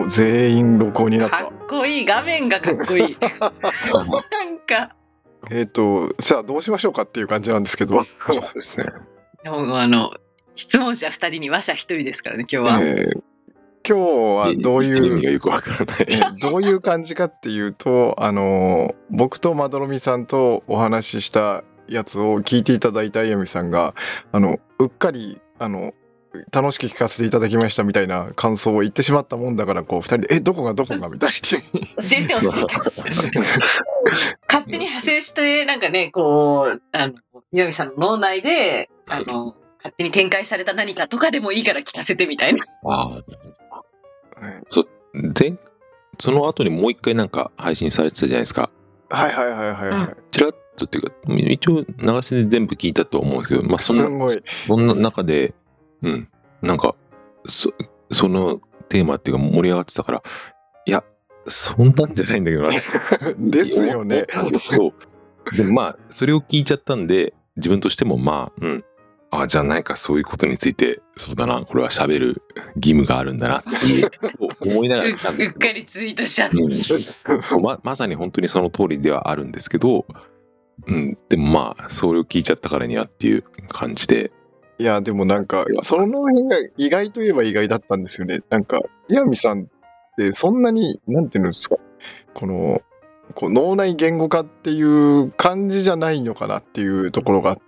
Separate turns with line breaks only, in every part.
お、全員録音になった。
かっこいい、画面がかっこいい。なんか。
さあどうしましょうかっていう感じなんですけど。
そうですね。
でも質問者2人に話者1人ですからね、今日は。
今日はどういう
意味がよくわからない。
どういう感じかっていうと、僕とまどろみさんとお話ししたやつを聞いていただいたあやみさんがうっかり楽しく聞かせていただきましたみたいな感想を言ってしまったもんだから、こう2人でどこがみたいに
教えて勝手に派生してなんかね、こう岩見さんの脳内で勝手に展開された何かとかでもいいから聞かせてみたいな。
その後にもう一回なんか配信されてたじゃないですか。
はいはいはいはいはい。
ちらっとっていうか、一応流しで全部聞いたと思うんですけど、まあそんな中で、なんかそのテーマっていうか盛り上がってたから、いやそんなんじゃないんだけどな。
ですよね。
そう。でまあそれを聞いちゃったんで、自分としてもじゃあ何かそういうことについて、そうだな、これは喋る義務があるんだなっていう思いながら来たんですけど。
うっかりツイートしちゃった。
まさに本当にその通りではあるんですけど、でもまあそれを聞いちゃったからにはっていう感じで。
いやでもなんかその辺が意外といえば意外だったんですよね。なんか岩見さんってそんなになんていうんですか、この脳内言語化っていう感じじゃないのかなっていうところがあって、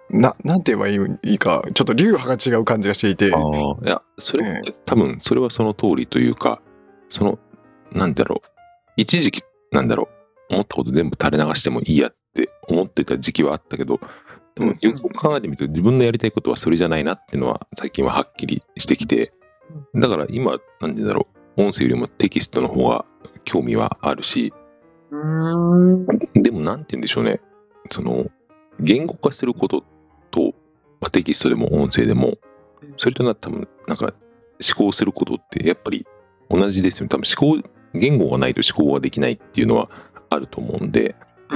なんて言えばいいかちょっと流派が違う感じがしていて。い
やそれ、多分それはその通りというか、なんだろう、一時期思ったこと全部垂れ流してもいいやって思ってた時期はあったけど、でもよく考えてみると自分のやりたいことはそれじゃないなっていうのは最近ははっきりしてきて、だから今音声よりもテキストの方が興味はあるし、でもなんて言うんでしょうね、言語化することと、テキストでも音声でもそれと多分なんか思考することってやっぱり同じですよね。多分言語がないと思考ができないっていうのはあると思うんで、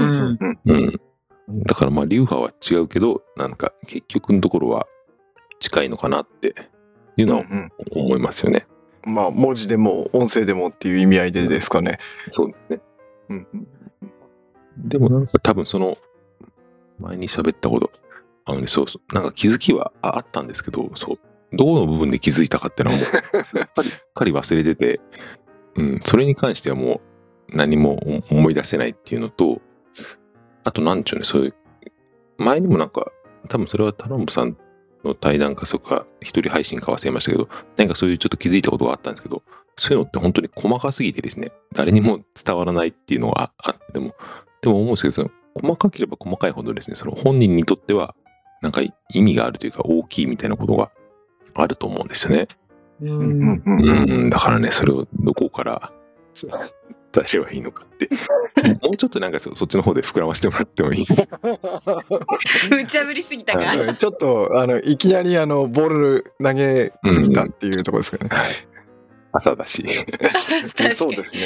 だからまあ流派は違うけど、なんか結局のところは近いのかなっていうのは思いますよね。
まあ文字でも音声でもっていう意味合いでですかね。
そうですね。でもなんか多分前に喋ったこと、なんか気づきはあったんですけど、どこの部分で気づいたかっていうのはもうやっぱり忘れてて、それに関してはもう何も思い出せないっていうのと、あとなんちゅうね、そういう前にもなんか多分それはタロンブさんの対談か一人配信か忘れましたけど、なんかそういうちょっと気づいたことがあったんですけど、そういうのって本当に細かすぎてですね、誰にも伝わらないっていうのがあって、でも思うんですけど、細かければ細かいほどですね、本人にとってはなんか意味があるというか大きいみたいなことがあると思うんですよね。だからね、それをどこから伝えればいいのかってもうちょっとなんかそっちの方で膨らませてもらってもいいですか。
無茶ぶりすぎたか。
ちょっといきなりボール投げすぎたっていうところですかね。
朝だし。
そうですね。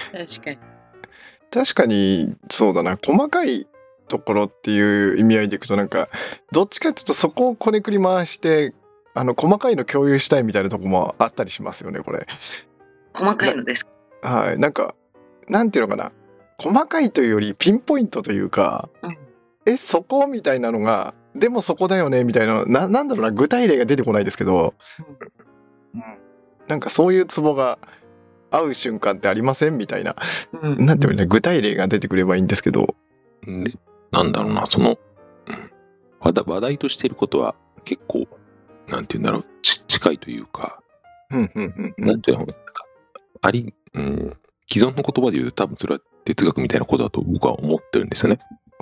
確
かにそうだな、細かいところっていう意味合いでいくと、なんかどっちかっていうとそこをこねくり回して細かいの共有したいみたいなところもあったりしますよね、これ。
細かいのですか。
はい、なんかなんていうのかな、細かいというよりピンポイントというか、そこみたいなのが、でもそこだよねみたいな、なんだろうな、具体例が出てこないですけど、なんかそういうツボが合う瞬間ってありませんみたいな、なんていうのね、具体例が出てくればいいんですけど、
なんだろうな、話題としていることは結構なんていうんだろう、近いというか、なんていうの、既存の言葉で言うと多分それは哲学みたいなことだと僕は思ってるんですよね。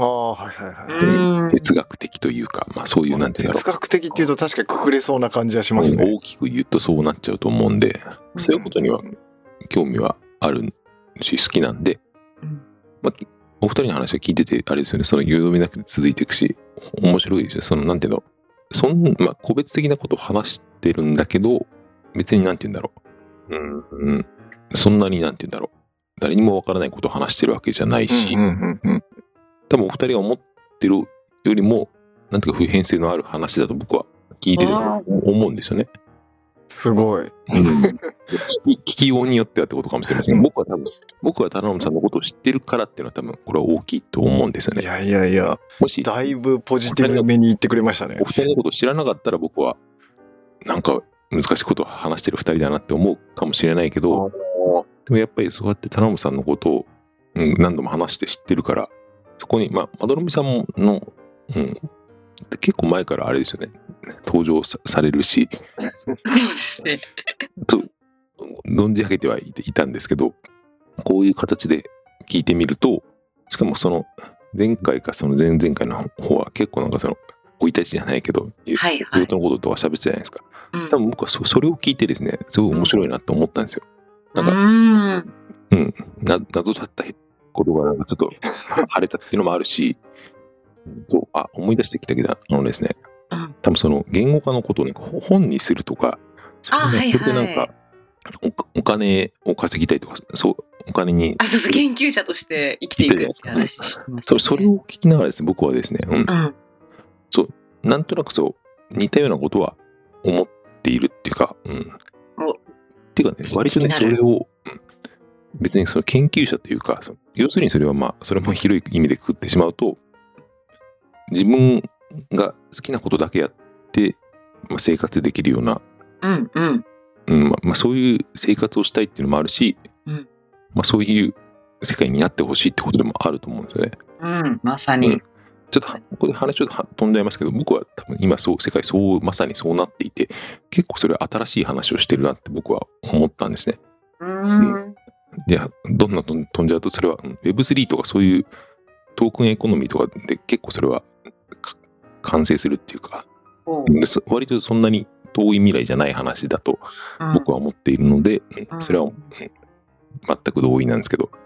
哲学的というか、そういうなんていうんだろう。
哲学的っていうと確かにくくれそうな感じはしますね。
大きく言うとそうなっちゃうと思うんで、そういうことには興味はあるし好きなんで、お二人の話は聞いててあれですよね、誘導なくて続いていくし面白いですよ。なんていうの、個別的なことを話してるんだけど、別になんていうんだろう、そんなになんていうんだろう、誰にもわからないことを話してるわけじゃないし、多分お二人が思ってるよりもなんていうか普遍性のある話だと僕は聞いてて思うんですよね。
すごい。
聞きようによってはってことかもしれません。僕は忠信さんのことを知ってるからっていうのは多分これは大きいと思うんですよね。
いやいやいや、
もし
だいぶポジティブめに言ってくれましたね。
お二人のことを知らなかったら僕はなんか難しいことを話してる二人だなって思うかもしれないけど、でもやっぱりそうやって忠信さんのことを、何度も話して知ってるから、そこにまどろみさんの、結構前からあれですよね、登場 されるし、
そうですね。
存じ上げてはいたんですけど、こういう形で聞いてみると、しかもその前回かその前々回の方は結構なんかその生い立ちじゃないけど、
はい
仕事のこととか喋ってたじゃないですか。
うん
多分僕はそれを聞いてですね、すごい面白いなと思ったんですよ。なんか、謎だったことがなんかちょっと晴れたっていうのもあるし、思い出してきたけど、ですね、多分その言語化のことを、ね、本にするとか、それでなんか、お金を稼ぎたいとか、お金に。
そう研究者として生きていくって話してますね。
それを聞きながらですね、僕はですね、なんとなく似たようなことは思っているっていうか、っていうかね、割とね、それを、別にその研究者というか、要するにそれはそれも広い意味でくくってしまうと、自分が好きなことだけやって、生活できるような、そういう生活をしたいっていうのもあるし、そういう世界になってほしいってことでもあると思うんですよね。
まさに。
ちょっとここで話ちょっと飛んじゃいますけど、僕は多分今世界まさにそうなっていて、結構それは新しい話をしてるなって僕は思ったんですね。で、どんな飛んじゃうと、それは Web3 とかそういうトークンエコノミーとかで結構それは完成するっていうか、割とそんなに遠い未来じゃない話だと僕は思っているので、それは全く同意なんですけど、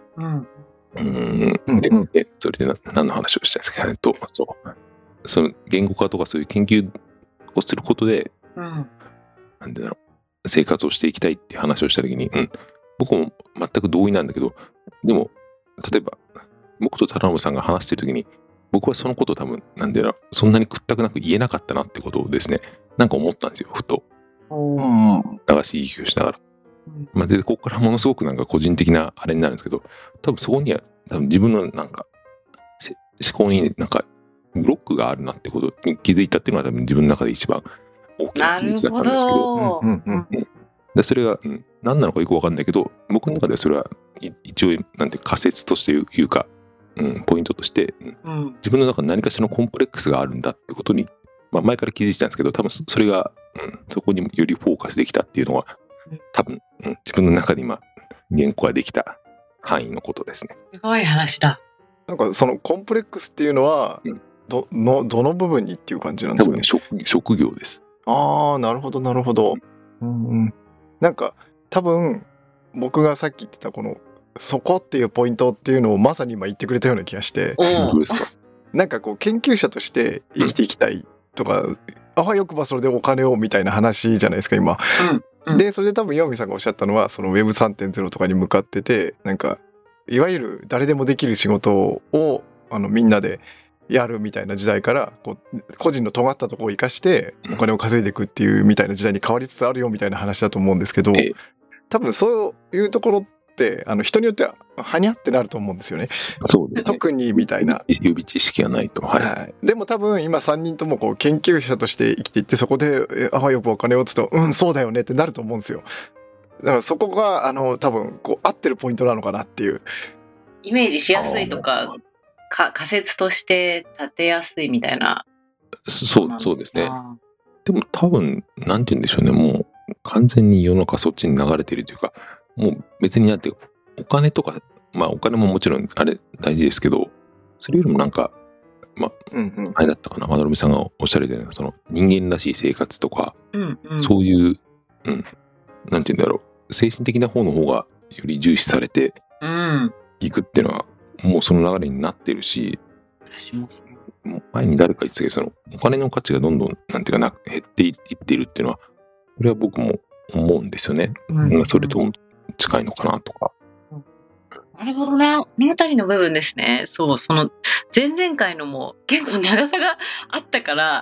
それで何の話をしたんですか。その言語化とかそういう研究をすることで、なんでだろう、生活をしていきたいっていう話をしたときに、僕も全く同意なんだけど、でも例えば僕と忠信さんが話してるときに、僕はそのことを多分そんなに屈託なく言えなかったなってことをですね、なんか思ったんですよ、ふと。流し聞きをしながら。で、ここからものすごくなんか個人的なあれになるんですけど、多分そこには自分のなんか思考になんかブロックがあるなってことに気づいたっていうのは多分自分の中で一番大きな気づきだったんですけど、でそれが、何なのかよく分かんないけど、僕の中ではそれは一応なんて仮説としていうか、ポイントとして、自分の中に何かしらのコンプレックスがあるんだってことに、前から気づいてたんですけど、多分それが、そこによりフォーカスできたっていうのは多分、自分の中で今言語ができた範囲のことですね。
すごい話だ。
なんかそのコンプレックスっていうのは、どの部分にっていう感じなんですかね。
多分職業です。
なるほどなるほど。なんか多分僕がさっき言ってたこのそこっていうポイントっていうのをまさに今言ってくれたような気がして、
どうですか。
なんかこう研究者として生きていきたいとか、よくばそれでお金をみたいな話じゃないですか今。でそれで多分岩見さんがおっしゃったのはその Web3.0 とかに向かってて、なんかいわゆる誰でもできる仕事をみんなでやるみたいな時代から個人の尖ったところを生かしてお金を稼いでいくっていうみたいな時代に変わりつつあるよみたいな話だと思うんですけど、多分そういうところって人によってははにゃってなると思うんですよね。
そうですね。
特にみたいな
予備知識がないと。
でも多分今3人とも研究者として生きていって、そこでよくお金を打つとそうだよねってなると思うんですよ。だからそこが多分合ってるポイントなのかなっていう
イメージしやすいとか仮説として立てやすいみたいな。
そうですね。でも多分なんて言うんでしょうね、もう完全に世の中そっちに流れてるというか、もう別にお金とか、お金ももちろんあれ大事ですけど、それよりもなんかあれだったかな、まどろみさんがおっしゃるようなその人間らしい生活とか、そういう、なんて言うんだろう、精神的な方の方がより重視されていくっていうのはもうその流れになってるし、前に誰か言ってたけど、そのお金の価値がどんどんなんていうか減っていっているっていうのは、これは僕も思うんですよね。それとも近いのかなとか。
なるほどね。物語の部分ですね。その前々回のも結構長さがあったから、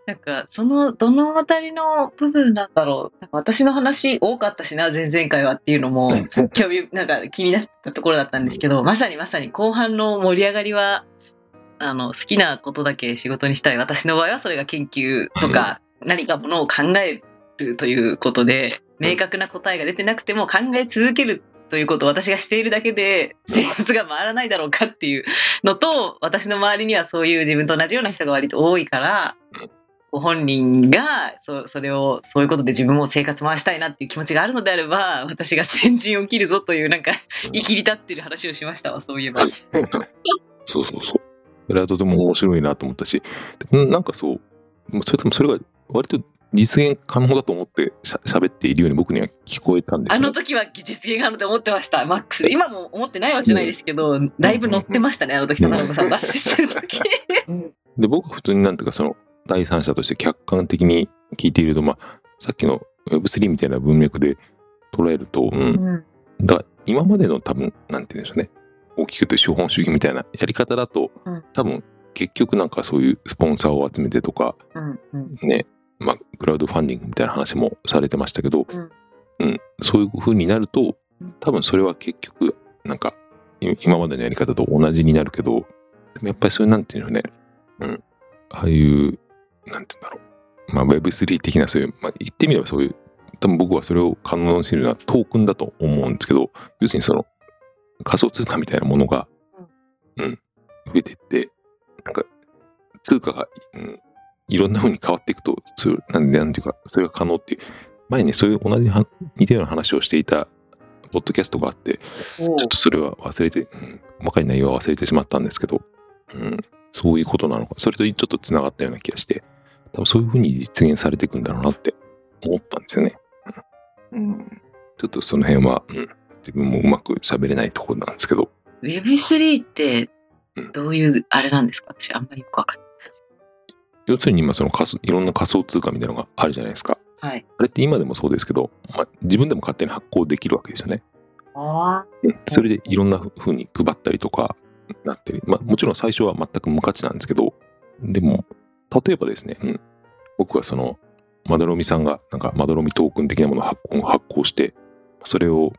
なんかそのどのあたりの部分なんだろう。なんか私の話多かったしな、前々回はっていうのも興味なんか気になったところだったんですけど、まさに後半の盛り上がりは好きなことだけ仕事にしたい。私の場合はそれが研究とか何かものを考えるということで、明確な答えが出てなくても考え続けるということを私がしているだけで生活が回らないだろうかっていうのと、私の周りにはそういう自分と同じような人が割と多いから、ご本人がそれをそういうことで自分も生活回したいなっていう気持ちがあるのであれば、私が先陣を切るぞというなんか生きり立ってる話をしましたわ、そういえば。
そう。それはとても面白いなと思ったし、なんかそう、それが割と実現可能だと思って喋っているように僕には聞こえたんですよね。
あの時は実現可能って思ってました、マックス。今も思ってないわけじゃないですけど、だいぶ乗ってましたね、あの時、田中さん脱線する時。
で、僕は普通になんていうか、その第三者として客観的に聞いていると、さっきの Web3 みたいな文脈で捉えると、だから今までの多分、なんていうんでしょうね、大きく言うと資本主義みたいなやり方だと、多分結局なんかそういうスポンサーを集めてとか、ね、クラウドファンディングみたいな話もされてましたけど、そういう風になると、多分それは結局なんか今までのやり方と同じになるけど、でもやっぱりそれなんていうのね、ああいうなんていうんだろう、Web3 的なそういう、言ってみればそういう、多分僕はそれを可能にするのはトークンだと思うんですけど、要するにその仮想通貨みたいなものが、増えていって、なんか通貨が、いろんな風に変わっていくと、なんていうか、それが可能っていう、前にそういう似たような話をしていたポッドキャストがあって、ちょっとそれは忘れて、細かい内容は忘れてしまったんですけど、そういうことなのか、それとちょっとつながったような気がして、多分そういう風に実現されていくんだろうなって思ったんですよね。ちょっとその辺は、自分もうまく喋れないところなんですけど。
Web3 ってどういうあれなんですか？私あんまりよくわかんないです。
要するに今いろんな仮想通貨みたいなのがあるじゃないですか。
はい。
あれって今でもそうですけど、自分でも勝手に発行できるわけですよね。それでいろんな風に配ったりとかなってる。もちろん最初は全く無価値なんですけど、でも例えばですね、僕はそのまどろみさんがなんかまどろみトークン的なものを発行して、それを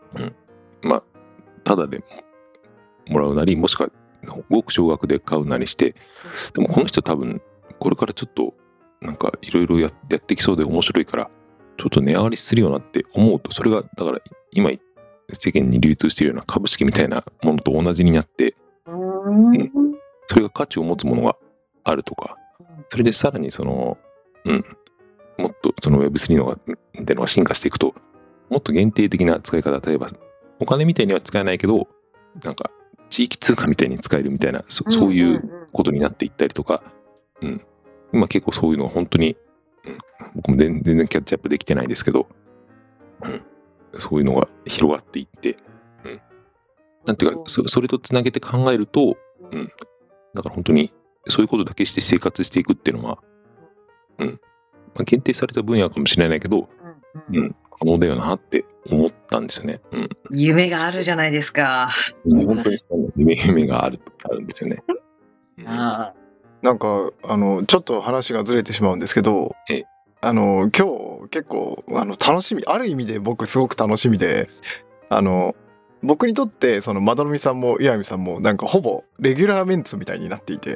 ただでもらうなり、もしくはごく少額で買うなりして、でもこの人多分これからちょっとなんかいろいろやってきそうで面白いからちょっと値上がりするようなって思うと、それがだから今世間に流通しているような株式みたいなものと同じになって、それが価値を持つものがあるとか、それでさらにそのもっとその Web3 のみたいなのが進化していくと、もっと限定的な使い方、例えばお金みたいには使えないけど、なんか地域通貨みたいに使えるみたいな、そういうことになっていったりとか、今結構そういうのは本当に、僕も全然キャッチアップできてないですけど、そういうのが広がっていって、なんていうか、それとつなげて考えると、だから本当にそういうことだけして生活していくっていうのは、限定された分野かもしれないけど、可能だよなって思ったんですよね。
夢があるじゃないですか。
本当に夢があるんですよね。
なんかちょっと話がずれてしまうんですけど、今日結構楽しみ、ある意味で僕すごく楽しみで、僕にとってそのまどろみさんも岩見さんもなんかほぼレギュラーメンツみたいになっていて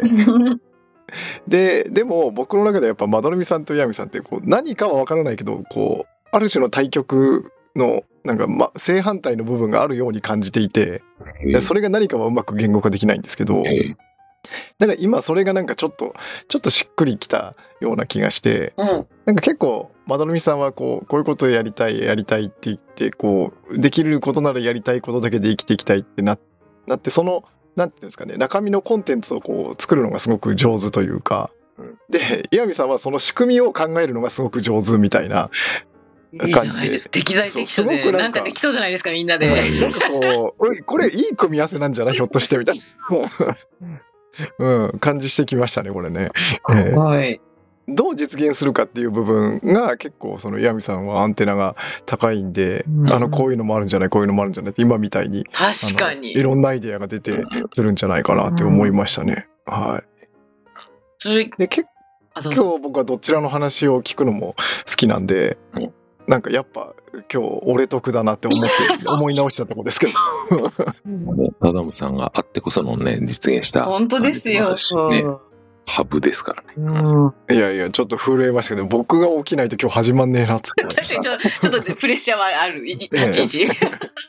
でも僕の中でやっぱまどろみさんと岩見さんってこう何かは分からないけど、こうある種の対極のなんか正反対の部分があるように感じていて、それが何かはうまく言語化できないんですけど、だから今それがなんかちょっとしっくりきたような気がして、なんか結構まどろみさんはこういうことをやりたいって言って、こうできることならやりたいことだけで生きていきたいってなって、そのなんていうんですかね、中身のコンテンツをこう作るのがすごく上手というか、で岩見さんはその仕組みを考えるのがすごく上手みたいな感じで、
適材適所でなんかできそうじゃないですか、みんなで。
なんかこうこれいい組み合わせなんじゃないひょっとしてみたいな感じしてきましたねこれね。どう実現するかっていう部分が結構その岩見さんはアンテナが高いんで、こういうのもあるんじゃない、こういうのもあるんじゃないって今みたいに
確かに
いろんなアイデアが出てくるんじゃないかなって思いましたね。はい。
それ
で
どうぞ。
今日僕はどちらの話を聞くのも好きなんで、なんかやっぱ今日俺得だなって思い直したところですけど。
アダムさんがあってこそのね、実現した。
本当ですよ。
ね、ハブですからね。
いやいや、ちょっと震えましたけど、僕が起きないと今日始まんねえなっつって。
確かにちょっとプレッシャーはある、立ち位置。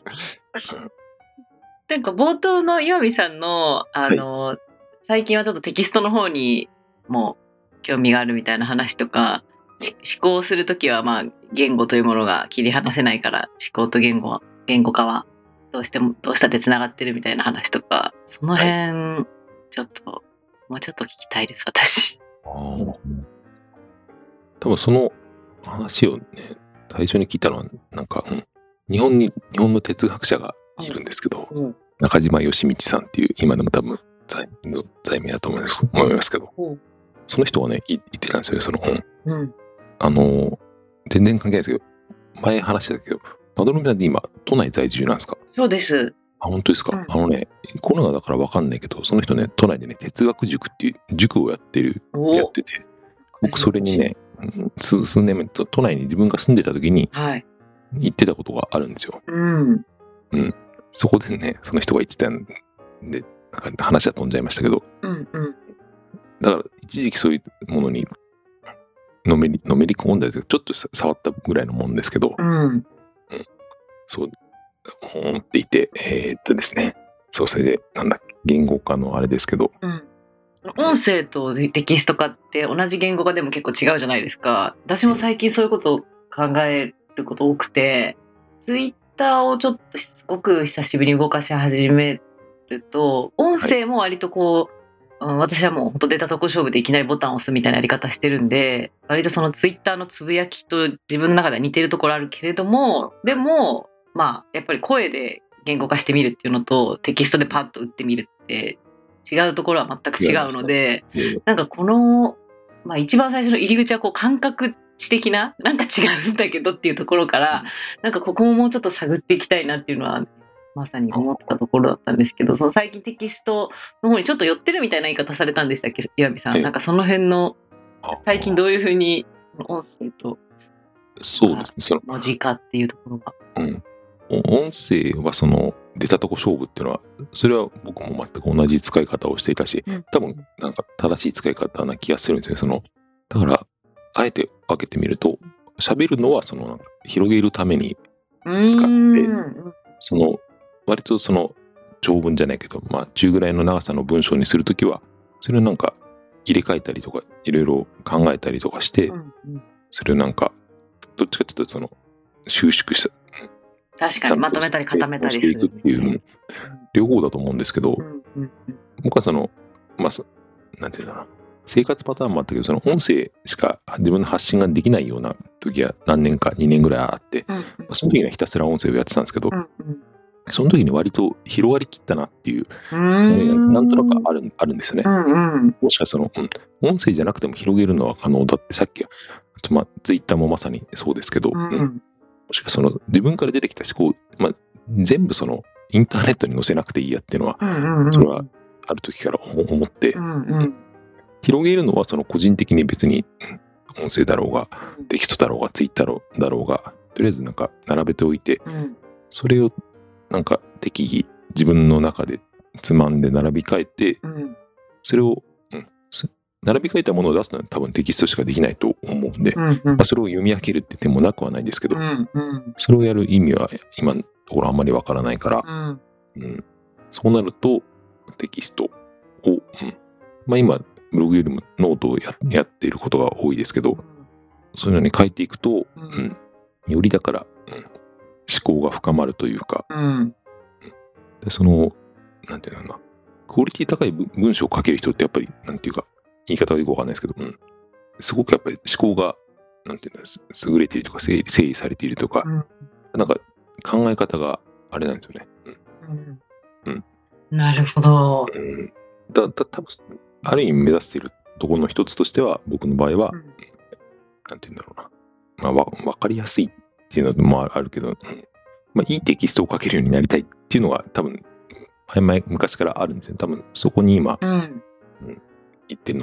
なんか冒頭の岩見さんの、最近はちょっとテキストの方にも興味があるみたいな話とか、思考するときはまあ言語というものが切り離せないから思考と言語化はどうしたってつながってるみたいな話とか、その辺ちょっともうちょっと聞きたいです私。
多分その話をね最初に聞いたのはなんか、日本の哲学者がいるんですけど、中島義道さんっていう今でも多分在名だと思いますけど、その人がね言ってたんですよね、その本。全然関係ないですけど、前話してたけど、パドロミさんって今都内在住なんですか？
そうです。
本当ですか？コロナだから分かんないけど、その人ね、都内でね、哲学塾っていう塾をやってて、僕それにね、数年前、都内に自分が住んでた時に、行ってたことがあるんですよ。そこでね、その人が言ってたんで、なんか話は飛んじゃいましたけど、だから一時期そういうものにのめり込んだり、ちょっと触ったぐらいのもんですけど、そう、思っていて、ですね、そう、それで、言語化のあれですけど、
音声とテキスト化って同じ言語化でも結構違うじゃないですか。私も最近そういうことを考えること多くて、ツイッターをちょっとすごく久しぶりに動かし始めると、音声も割とこう、私はもう本当データ特勝負でいきなりボタンを押すみたいなやり方してるんで、割とそのツイッターのつぶやきと自分の中では似てるところあるけれども、でもまあやっぱり声で言語化してみるっていうのとテキストでパッと打ってみるって違うところは全く違うので、なんかこの、一番最初の入り口はこう感覚値的ななんか違うんだけどっていうところから、なんかここももうちょっと探っていきたいなっていうのはまさに思ったところだったんですけど、その最近テキストの方にちょっと寄ってるみたいな言い方されたんでしたっけ、岩見さん。なんかその辺の最近どういうふうに音声と
そうですね、
文字化っていうところが。
音声はその出たとこ勝負っていうのは、それは僕も全く同じ使い方をしていたし、多分なんか正しい使い方な気がするんですよ。だからあえて分けてみると、喋るのはその広げるために使って、その割とその長文じゃないけど、中ぐらいの長さの文章にするときは、それをなんか入れ替えたりとかいろいろ考えたりとかして、それをなんかどっちかっていうとその収縮した、
確かにまとめたり固めたりする
していくっていう両方だと思うんですけど、僕はそのなんていうんだろうな、生活パターンもあったけど、その音声しか自分の発信ができないような時は何年か2年ぐらいあって、その時にはひたすら音声をやってたんですけど、その時に割と広がりきったなっていうなんとなくあるんですよね。もしかしたらその、音声じゃなくても広げるのは可能だって、さっきツイッターもまさにそうですけど、もしかしたらその自分から出てきた思考、全部そのインターネットに載せなくていいやっていうのは、それはある時から思って、広げるのはその個人的に別に音声だろうがテキストだろうがツイッターだろうが、とりあえずなんか並べておいて、それをなんか適宜自分の中でつまんで並び替えて、それを、並び替えたものを出すのは多分テキストしかできないと思うんで、それを読み上げるって点もなくはないですけど、それをやる意味は今のところあんまりわからないから、そうなるとテキストを、今ブログよりもノートをやっていることが多いですけど、そういうのに書いていくと、よりだから、思考が深まるというか、でそのなんていうのかな、クオリティ高い文章を書ける人ってやっぱりなんていうか、言い方はよくわかんないですけど、すごくやっぱり思考がなんていうの、優れているとか整理されているとか、なんか考え方があれなんですよね。
なるほど。
多分ある意味目指しているところの一つとしては、僕の場合は、なんていうんだろうな、わかりやすいっていうのもあるけど、いいテキストを書けるようになりたいっていうのが多分昔からあるんですよ。多分そこに今、言ってるのかなっ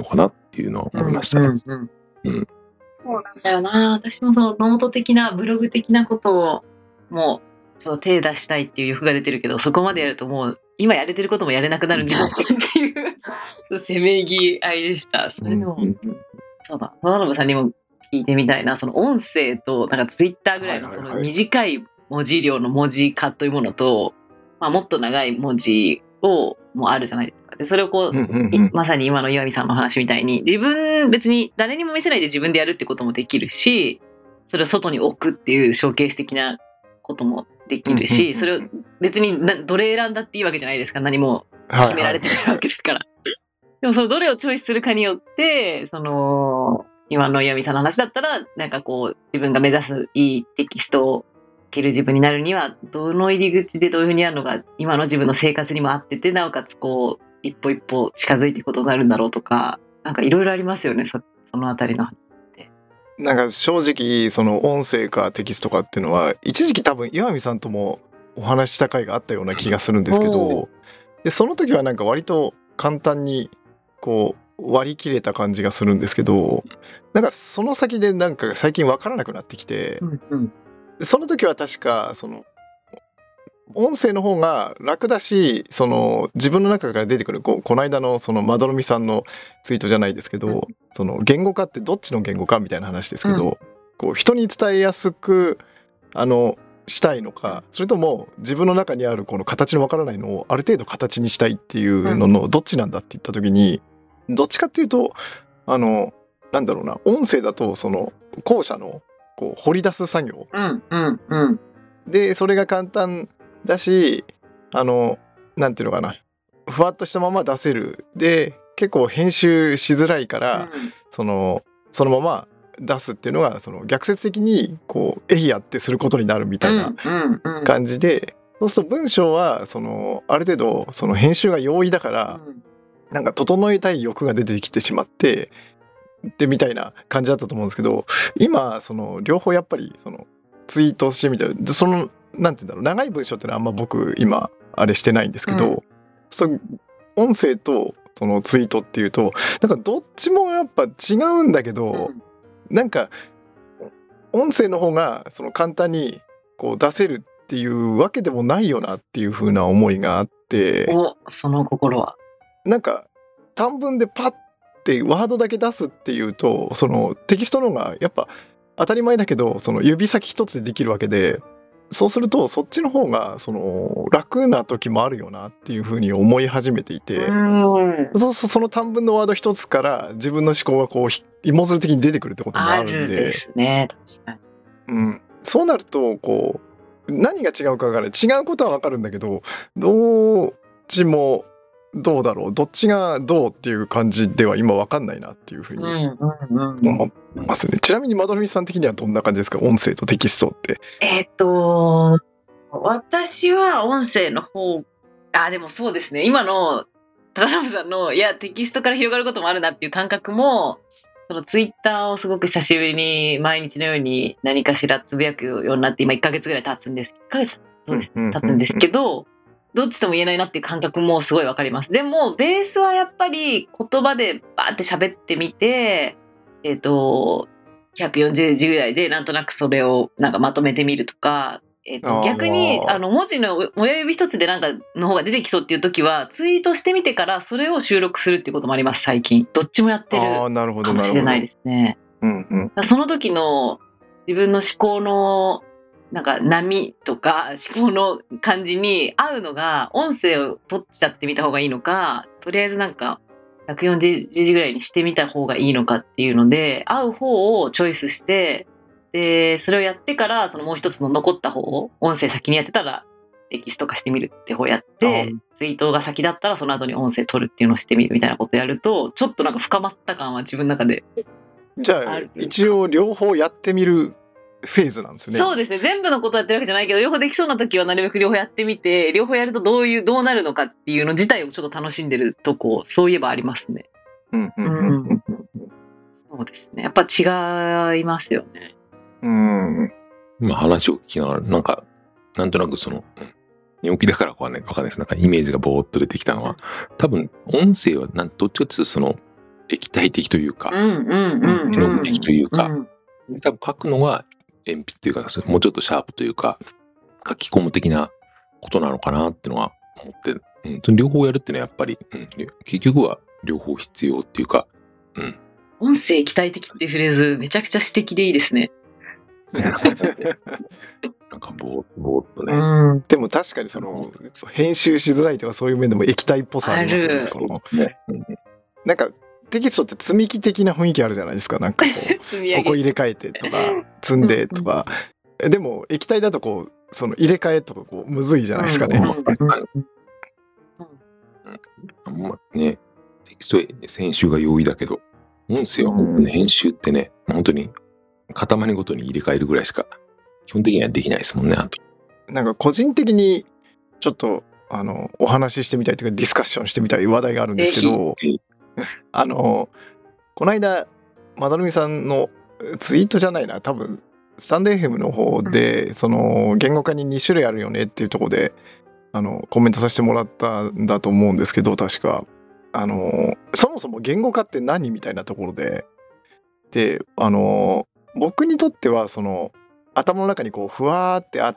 っていうのは思いましたね。
そうなんだよな。私もそのノート的なブログ的なことをもうちょっと手出したいっていう欲が出てるけど、そこまでやるともう今やれてることもやれなくなるんじゃないかっていうせめぎ合いでした。それでも、そうだ、野信さんにも聞いてみたいな、その音声となんかツイッターぐらいのその短い文字量の文字化というものと、まあ、もっと長い文字をもあるじゃないですか。でそれをこう、まさに今の岩見さんの話みたいに、自分別に誰にも見せないで自分でやるってこともできるし、それを外に置くっていうショーケース的なこともできるし、それを別にどれ選んだっていいわけじゃないですか。何も決められてないわけだから。でもそのどれをチョイスするかによって、その今の岩見さんの話だったら、なんかこう自分が目指すいいテキストを書ける自分になるには、どの入り口でどういうふうにやるのが今の自分の生活にも合ってて、なおかつこう一歩一歩近づいていくことになるんだろうとか、なんかいろいろありますよね、そのあたりの話って。
なんか正直その音声かテキストかっていうのは一時期多分岩見さんともお話しした回があったような気がするんですけど、でその時はなんか割と簡単にこう割り切れた感じがするんですけど、なんかその先でなんか最近分からなくなってきて、その時は確かその音声の方が楽だし、その自分の中から出てくるこの間のそのまどろみさんのツイートじゃないですけど、その言語化ってどっちの言語化みたいな話ですけど、こう人に伝えやすくしたいのか、それとも自分の中にあるこの形のわからないのをある程度形にしたいっていうののどっちなんだって言った時に、どっちかっていうとなんだろうな、音声だとその後者のこう掘り出す作業、でそれが簡単だし、なんていうのかな、ふわっとしたまま出せる。で結構編集しづらいから、そのまま出すっていうのがその逆説的にこうエヒアってすることになるみたいな感じで、そうすると文章はそのある程度その編集が容易だから、なんか整えたい欲が出てきてしまってでみたいな感じだったと思うんですけど、今その両方やっぱりそのツイートしてみたら、そのなんていうんだろう、長い文章ってのはあんま僕今あれしてないんですけど、そう音声とそのツイートっていうとなんかどっちもやっぱ違うんだけど、なんか音声の方がその簡単にこう出せるっていうわけでもないよなっていう風な思いがあって、
その心は
なんか短文でパッてワードだけ出すっていうと、そのテキストの方がやっぱ当たり前だけど、その指先一つでできるわけで、そうするとそっちの方がその楽な時もあるよなっていう風に思い始めていて、その短文のワード一つから自分の思考がこう芋づる的に出てくるってこともあるんで、
ですね、確かに。
そうなるとこう何が違うかがね、違うことは分かるんだけど、どっちもどうだろう、どっちがどうっていう感じでは今分かんないなっていうふうに思ってますね。ちなみにまどろみさん的にはどんな感じですか、音声とテキストって。
私は音声の方、でもそうですね、今の高信さんのテキストから広がることもあるなっていう感覚も、そのツイッターをすごく久しぶりに毎日のように何かしらつぶやくようになって今1ヶ月ぐらい経つんですけど、どっちとも言えないなっていう感覚もすごいわかります。でもベースはやっぱり言葉でバーって喋ってみて、140字ぐらいでなんとなくそれをなんかまとめてみるとか、逆に文字の親指一つでなんかの方が出てきそうっていう時はツイートしてみてからそれを収録するっていうこともあります。最近どっちもやってるかもしれないですね。その時の自分の思考のなんか波とか思考の感じに合うのが音声を取っちゃってみた方がいいのか、とりあえずなんか140字ぐらいにしてみた方がいいのかっていうので、合う方をチョイスして、でそれをやってからそのもう一つの残った方を音声先にやってたらテキスト化してみるって方やって、ツイートが先だったらその後に音声取るっていうのをしてみるみたいなことやると、ちょっとなんか深まった感は自分の中で。
じゃあ一応両方やってみるフェーズなんですね。
そうですね、全部のことやってるわけじゃないけど、両方できそうな時はなるべく両方やってみて、両方やるとどうなるのかっていうの自体をちょっと楽しんでるとこ、そういえばありますね。そうですね、やっぱ違いますよね。
今話を聞きながらなんとなくその寝起きだからかはね、わかんないです。なんかイメージがぼーっと出てきたのは、多分音声はどっちかっていうとその液体的というか、
絵
の具的というか、多分書くのが鉛筆というか、もうちょっとシャープというか、書き込む的なことなのかなっていうのは思って、両方やるっていうのはやっぱり、結局は両方必要っていうか、
音声液体的っていうフレーズめちゃくちゃ詩的でいいですね。
なんかぼーっとね。
でも確かにその編集しづらいとかそういう面でも液体っぽさありますよね。なんかテキストって積み木的な雰囲気あるじゃないですか。なんかこうここ入れ替えてとか積んでとか、でも液体だとこうその入れ替えとかこうむずいじゃないですかね。
ね、テキスト編集が容易だけど、音声は本当に編集ってね、本当に塊ごとに入れ替えるぐらいしか基本的にはできないですもんね。あと
なんか個人的にちょっとお話ししてみたいというかディスカッションしてみたい話題があるんですけど、この間まどろみさんのツイートじゃないな、多分スタンド FM の方でその言語化に2種類あるよねっていうところでコメントさせてもらったんだと思うんですけど、確かそもそも言語化って何みたいなところで僕にとってはその頭の中にこうふわーってあって、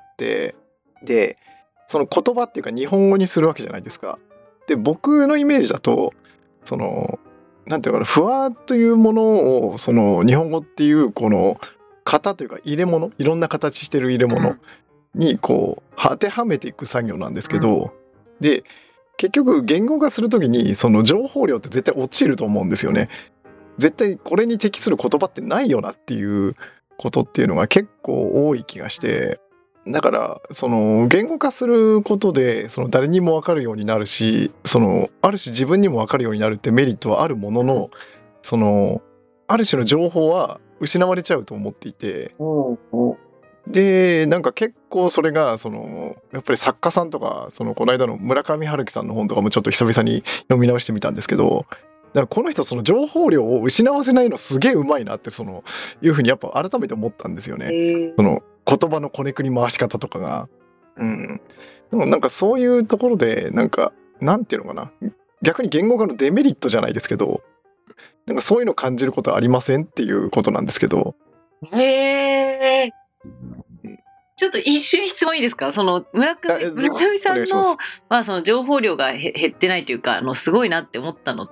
でその言葉っていうか日本語にするわけじゃないですか。で僕のイメージだとそのなんていうかな、ふわーというものをその日本語っていうこの型というか入れ物、いろんな形してる入れ物にこう当てはめていく作業なんですけど、で結局言語化するときにその情報量って絶対落ちると思うんですよね。絶対これに適する言葉ってないよなっていうことっていうのが結構多い気がして、だからその言語化することでその誰にも分かるようになるし、そのある種自分にも分かるようになるってメリットはあるものの、そのある種の情報は失われちゃうと思っていて、でなんか結構それがそのやっぱり作家さんとかそのこの間の村上春樹さんの本とかもちょっと久々に読み直してみたんですけど、だからこの人その情報量を失わせないのすげえうまいなってそのいうふうにやっぱ改めて思ったんですよね。その言葉のこねくり回し方とかが、でもなんかそういうところでなんかなんていうのかな、逆に言語化のデメリットじゃないですけど、なんかそういうの感じることありませんっていうことなんですけど。
ちょっと一瞬質問いいですか。その村上さんのその情報量が減ってないというかすごいなって思ったのって、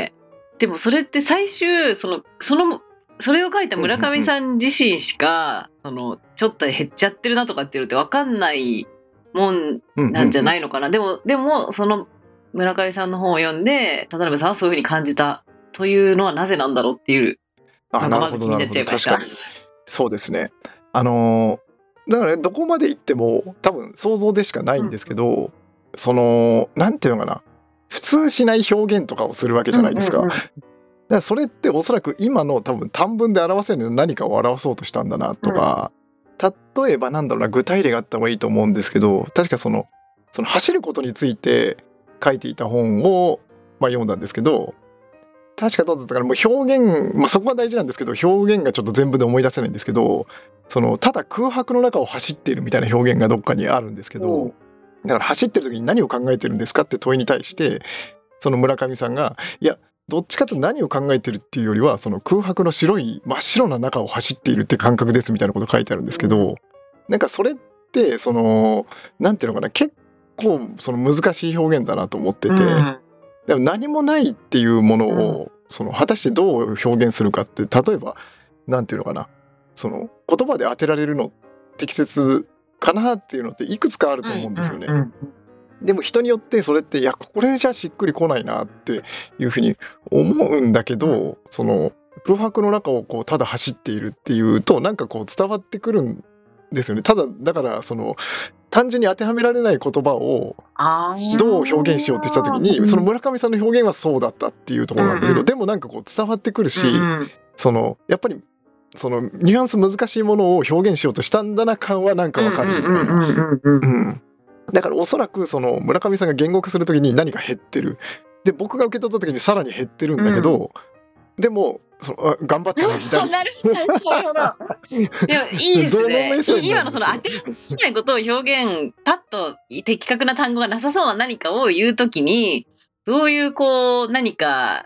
でもそれって最終それを書いた村上さん自身しかちょっと減っちゃってるなとかっていうのって分かんないもんなんじゃないのかな。でもその村上さんの本を読んで田辺さんはそういうふうに感じたというのはなぜなんだろうっていう
なるほどなるほど、確かにそうですね。だからどこまで行っても多分想像でしかないんですけど、そのなんていうのかな、普通しない表現とかをするわけじゃないですか。だからそれっておそらく今の多分短文で表せる何かを表そうとしたんだなとか、例えばなんだろうな、具体例があった方がいいと思うんですけど、確かその走ることについて書いていた本を読んだんですけど、確かどうだったかな、もう表現、そこは大事なんですけど表現がちょっと全部で思い出せないんですけど、ただ空白の中を走っているみたいな表現がどっかにあるんですけど、だから走ってる時に何を考えてるんですかって問いに対してその村上さんが、いやどっちかというと何を考えてるっていうよりはその空白の真っ白な中を走っているって感覚ですみたいなこと書いてあるんですけど、なんかそれってなんていうのかな、結構難しい表現だなと思ってて、でも何もないっていうものを果たしてどう表現するかって、例えばなんていうのかな、言葉で当てられるの適切かなっていうのっていくつかあると思うんですよね。でも人によってそれっていやこれじゃしっくりこないなっていうふうに思うんだけど、空白の中をただ走っているっていうとなんか伝わってくるんですよね。ただだから単純に当てはめられない言葉をどう表現しようってした時にその村上さんの表現はそうだったっていうところなんだけど、でもなんか伝わってくるし、やっぱりニュアンス難しいものを表現しようとしたんだな感はなんかわかるみたいな。だからおそらく村上さんが言語化する時に何か減ってる、で僕が受け取った時にさらに減ってるんだけど、でも頑張ったなみたいな。なるほど。
でもいいですね。今の当てはめないことを表現、パッと的確な単語がなさそうな何かを言うときに、どういう何か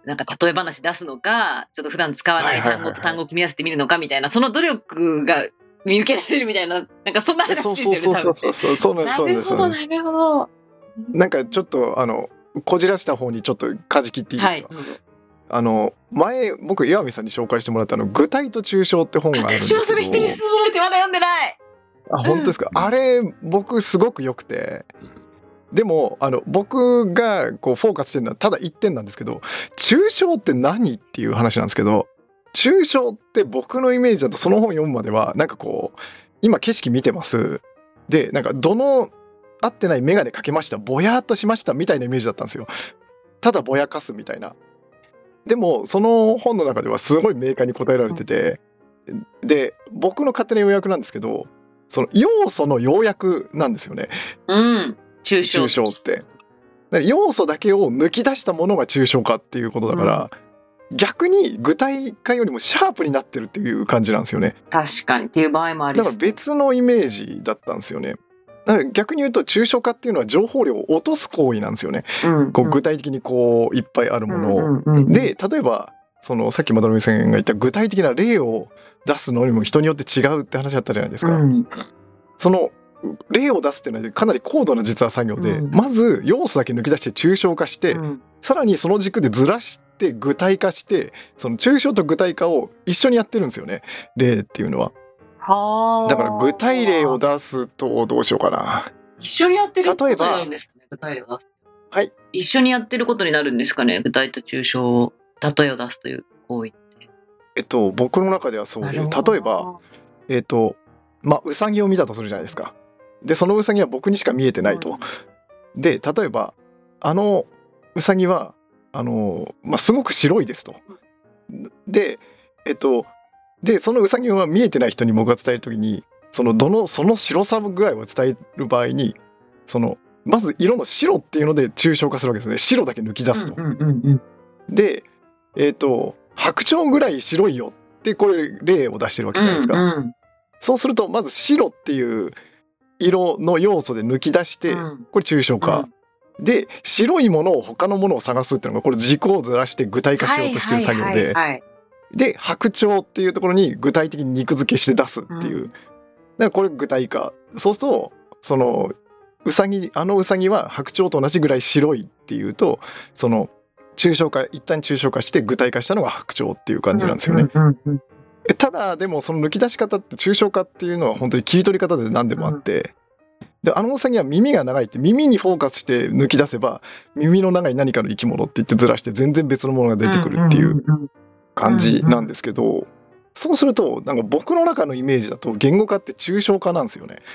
なんか例え話出すのか、ちょっと普段使わない単語と単語を組み合わせてみるのかみたいな、その努力が見受けられるみたいな、なんかそんな話ですよね。
そうなんです。
なるほどなるほど。
なんかちょっとこじらした方にちょっと舵切っていいですか。前僕岩見さんに紹介してもらった具体と抽象って本があるんですけど、
私もそれ人に勧められてまだ読んでない。
本当ですか。あれ僕すごく良くて、でも僕がこうフォーカスしてるのはただ一点なんですけど、抽象って何っていう話なんですけど、抽象って僕のイメージだとその本読むまではなんかこう今景色見てますで、なんか合ってない眼鏡かけました、ぼやーっとしましたみたいなイメージだったんですよ。ただぼやかすみたいな。でもその本の中ではすごい明快に答えられてて、で僕の勝手な要約なんですけど、その要素の要約なんですよね。抽象って。だから要素だけを抜き出したものが抽象化っていうことだから、逆に具体化よりもシャープになってるっていう感じなんですよね。
確かにっていう場合もあり、
だから別のイメージだったんですよね。だから逆に言うと抽象化っていうのは情報量を落とす行為なんですよね。こう具体的にこういっぱいあるものを、で例えばそのさっきまどろみさんが言った具体的な例を出すのにも人によって違うって話だったじゃないですか。その例を出すっていうのはかなり高度な実は作業で、まず要素だけ抜き出して抽象化して、さらにその軸でずらして具体化して、その抽象と具体化を一緒にやってるんですよね、例っていうのは。だから具体例を出すとどうしようかな。
一緒にやってることになるんですかね、具体例は。はい。一緒にやってることになるんですかね、具体と抽象、例えを出すという行為って。
僕の中ではそうで、例えばウサギを見たとするじゃないですか。でそのウサギは僕にしか見えてないと。で例えばウサギはすごく白いですと。ででそのウサギは見えてない人に僕が伝えるときに、その白さ具合を伝える場合に、まず色の白っていうので抽象化するわけですね。白だけ抜き出すと。で白鳥ぐらい白いよってこれ例を出してるわけじゃないですか。そうするとまず白っていう色の要素で抜き出して、これ抽象化、で白いものを他のものを探すっていうのがこれ軸をずらして具体化しようとしてる作業で、で白鳥っていうところに具体的に肉付けして出すっていう、だからこれ具体化。そうするとそのウサギは白鳥と同じぐらい白いっていうと、その抽象化一旦抽象化して具体化したのが白鳥っていう感じなんですよね。ただでもその抜き出し方って抽象化っていうのは本当に切り取り方で何でもあって、でウサギは耳が長いって、耳にフォーカスして抜き出せば耳の長い何かの生き物って言ってずらして全然別のものが出てくるっていう感じなんですけど、そうするとなんか僕の中のイメージだと言語化って抽象化なんですよね。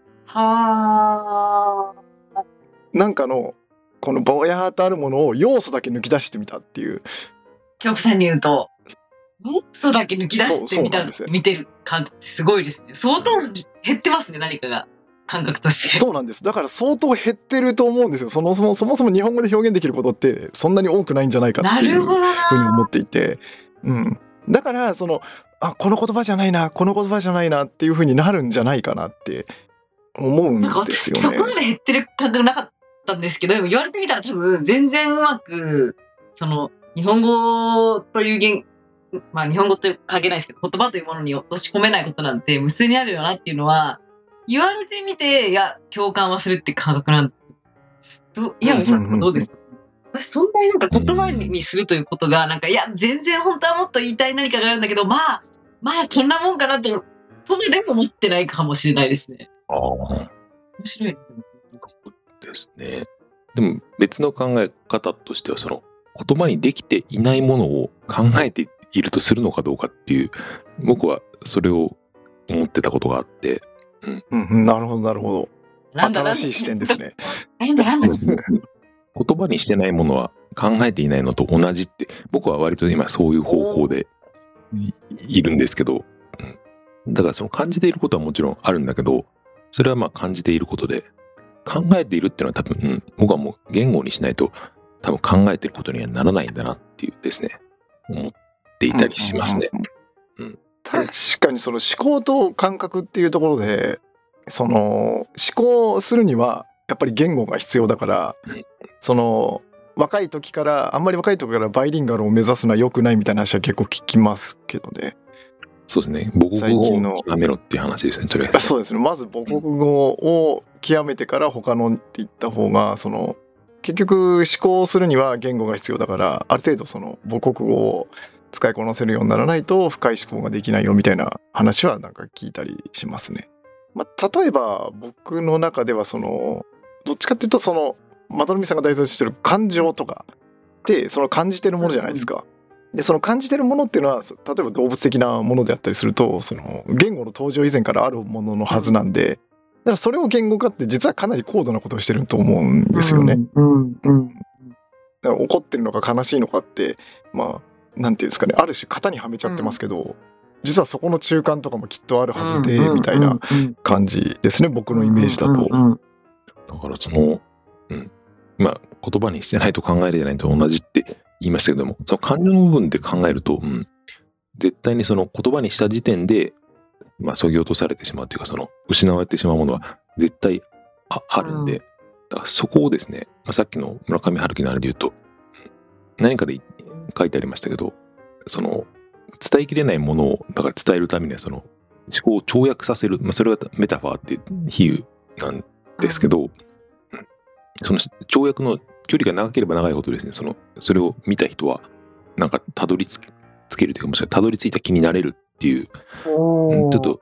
なんかのこのぼやーっとあるものを要素だけ抜き出してみたっていう。
極端に言うと要素だけ抜き出してみた、見てる感じすごいですね。相当減ってますね、何かが感覚として。
そうなんです。だから相当減ってると思うんですよ。そもそも日本語で表現できることってそんなに多くないんじゃないかっていうふうに思っていて、だからこの言葉じゃないな、この言葉じゃないなっていうふうになるんじゃないかなって思うんですよね。
そこまで減ってる感覚なかったんですけど、でも言われてみたら多分全然うまく日本語という日本語と関係ないですけど、言葉というものに落とし込めないことなんて無数にあるよなっていうのは言われてみて、共感はするって感覚なんで。岩見さんどうですか？私そんなになんか言葉にするということが全然本当はもっと言いたい何かがあるんだけど、まあこんなもんかなとでも思ってないかもしれないですね。面白い
ですね。でも別の考え方としては、その言葉にできていないものを考えているとするのかどうかっていう、僕はそれを思ってたことがあって、
なるほど新しい視点ですね。
言葉にしてないものは考えていないのと同じって、僕は割と今そういう方向でいるんですけど、だからその感じていることはもちろんあるんだけど、それは感じていることで、考えているっていうのは多分、僕はもう言語にしないと多分考えていることにはならないんだなっていうですね、思っていたりしますね。
確かにその思考と感覚っていうところで、その思考するにはやっぱり言語が必要だから、その若い時からあんまり若い時からバイリンガルを目指すのは良くないみたいな話は結構聞きますけどね。
そうですね。母国語を極めろっていう話ですね、とりあえず。
そうですね。まず母国語を極めてから他のって言った方が結局思考するには言語が必要だから、ある程度母国語を使いこなせるようにならないと深い思考ができないよみたいな話はなんか聞いたりしますね。例えば僕の中ではどっちかっていうとまどろみさんが大切にしてる感情とかって感じてるものじゃないですか。で感じてるものっていうのは例えば動物的なものであったりすると言語の登場以前からあるもののはずなんで、だからそれを言語化って実はかなり高度なことをしてると思うんですよね。だから怒ってるのか悲しいのかってなんていうんですかね、ある種型にはめちゃってますけど、実はそこの中間とかもきっとあるはずでみたいな感じですね、僕のイメージだと。
だから言葉にしてないと考えれないと同じって言いましたけども、その感情の部分で考えると、絶対に言葉にした時点で、削ぎ落とされてしまうというか、失われてしまうものは絶対あるんで、だからそこをですね、さっきの村上春樹のあれで言うと、何かで書いてありましたけど、伝えきれないものをだから伝えるためには思考を跳躍させる、それがメタファーって比喩なんですけど、その跳躍の距離が長ければ長いほどですね、それを見た人はなんかたどり着けるというか、もしくはたどり着いた気になれるっていう、ちょっと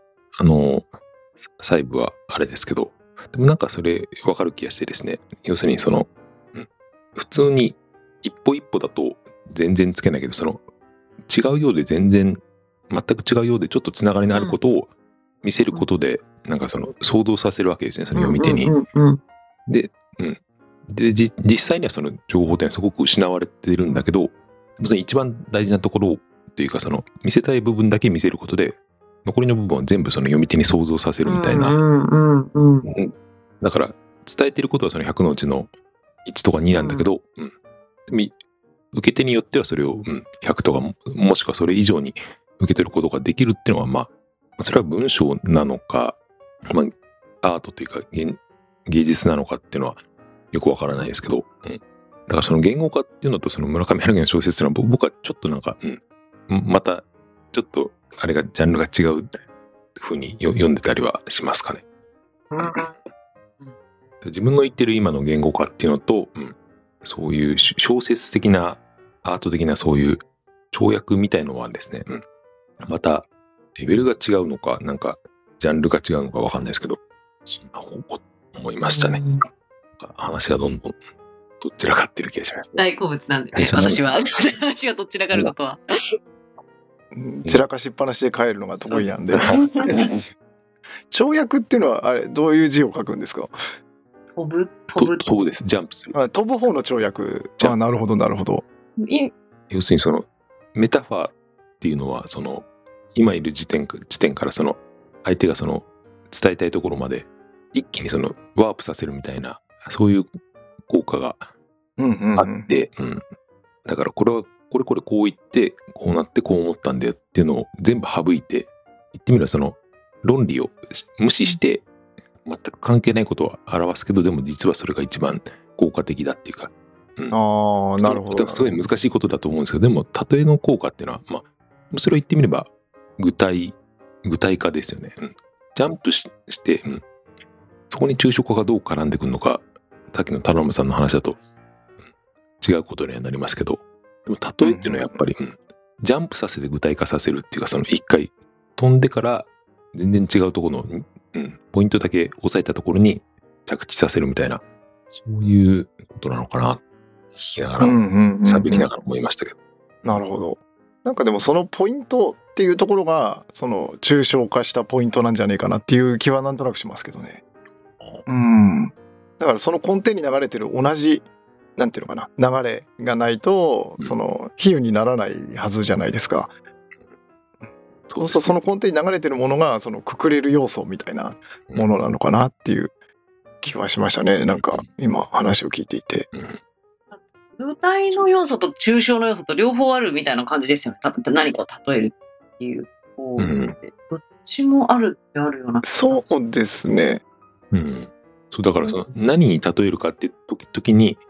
細部はあれですけど、でもなんかそれ分かる気がしてですね、要するに普通に一歩一歩だと全然つけないけど、違うようで全然く違うようでちょっとつながりのあることを見せることで、なんか想像させるわけですね、その読み手に。で、実際にはその情報っていうのはすごく失われてるんだけど、その一番大事なところというか、見せたい部分だけ見せることで、残りの部分は全部読み手に想像させるみたいな。だから伝えてることは100のうちの1とか2なんだけど、受け手によってはそれを100とかもしくはそれ以上に受け取ることができるっていうのは、それは文章なのか、アートというか芸術なのかっていうのはよくわからないですけど、だから言語化っていうのと村上春樹の小説っていうのは僕はちょっとなんか、またちょっとあれがジャンルが違うふうに読んでたりはしますかね。自分の言ってる今の言語化っていうのと、そういう小説的なアート的なそういう跳躍みたいのはですね、またレベルが違うのか、なんかジャンルが違うのかわかんないですけど、そんな思いましたね。話がどんどんどちらかってる気がします。
大好物なんでね、私は話がどちらかることは。
散らかしっぱなしで帰るのが得意なんで。跳躍っていうのはあれどういう字を書くんですか？
飛ぶです。ジャンプする。
飛ぶ方の跳躍。なるほどなるほど。
要するにメタファーっていうのは今いる時点から相手が伝えたいところまで一気にワープさせるみたいな、そういう効果があって、だからこれはこう言ってこうなってこう思ったんだよっていうのを全部省いて、言ってみれば論理を無視して全く関係ないことを表すけど、でも実はそれが一番効果的だっていうか、
なるほど。
すごい難しいことだと思うんですけど、でも例えの効果っていうのはそれを言ってみれば具体化ですよね。ジャンプして、そこに抽象化がどう絡んでくるのか、さっきの田辺さんの話だと、違うことにはなりますけど、でも例えっていうのはやっぱり、ジャンプさせて具体化させるっていうか、一回飛んでから全然違うところの、ポイントだけ押さえたところに着地させるみたいな、そういうことなのかな、聞きながら、喋りながら思いましたけど。
なるほど。なんかでもそのポイントっていうところが抽象化したポイントなんじゃねえかなっていう気はなんとなくしますけどね。だからその根底に流れてる同じなんていうのかな、流れがないと比喩にならないはずじゃないですか。そうするとその根底に流れてるものがくくれる要素みたいなものなのかなっていう気はしましたね。なんか今話を聞いていて。
具体の要素と抽象の要素と両方あるみたいな感じですよね。多分何かを例えるっていう、どっちもあるってあるような。
そうですね。
そうだから何に例えるかって時に、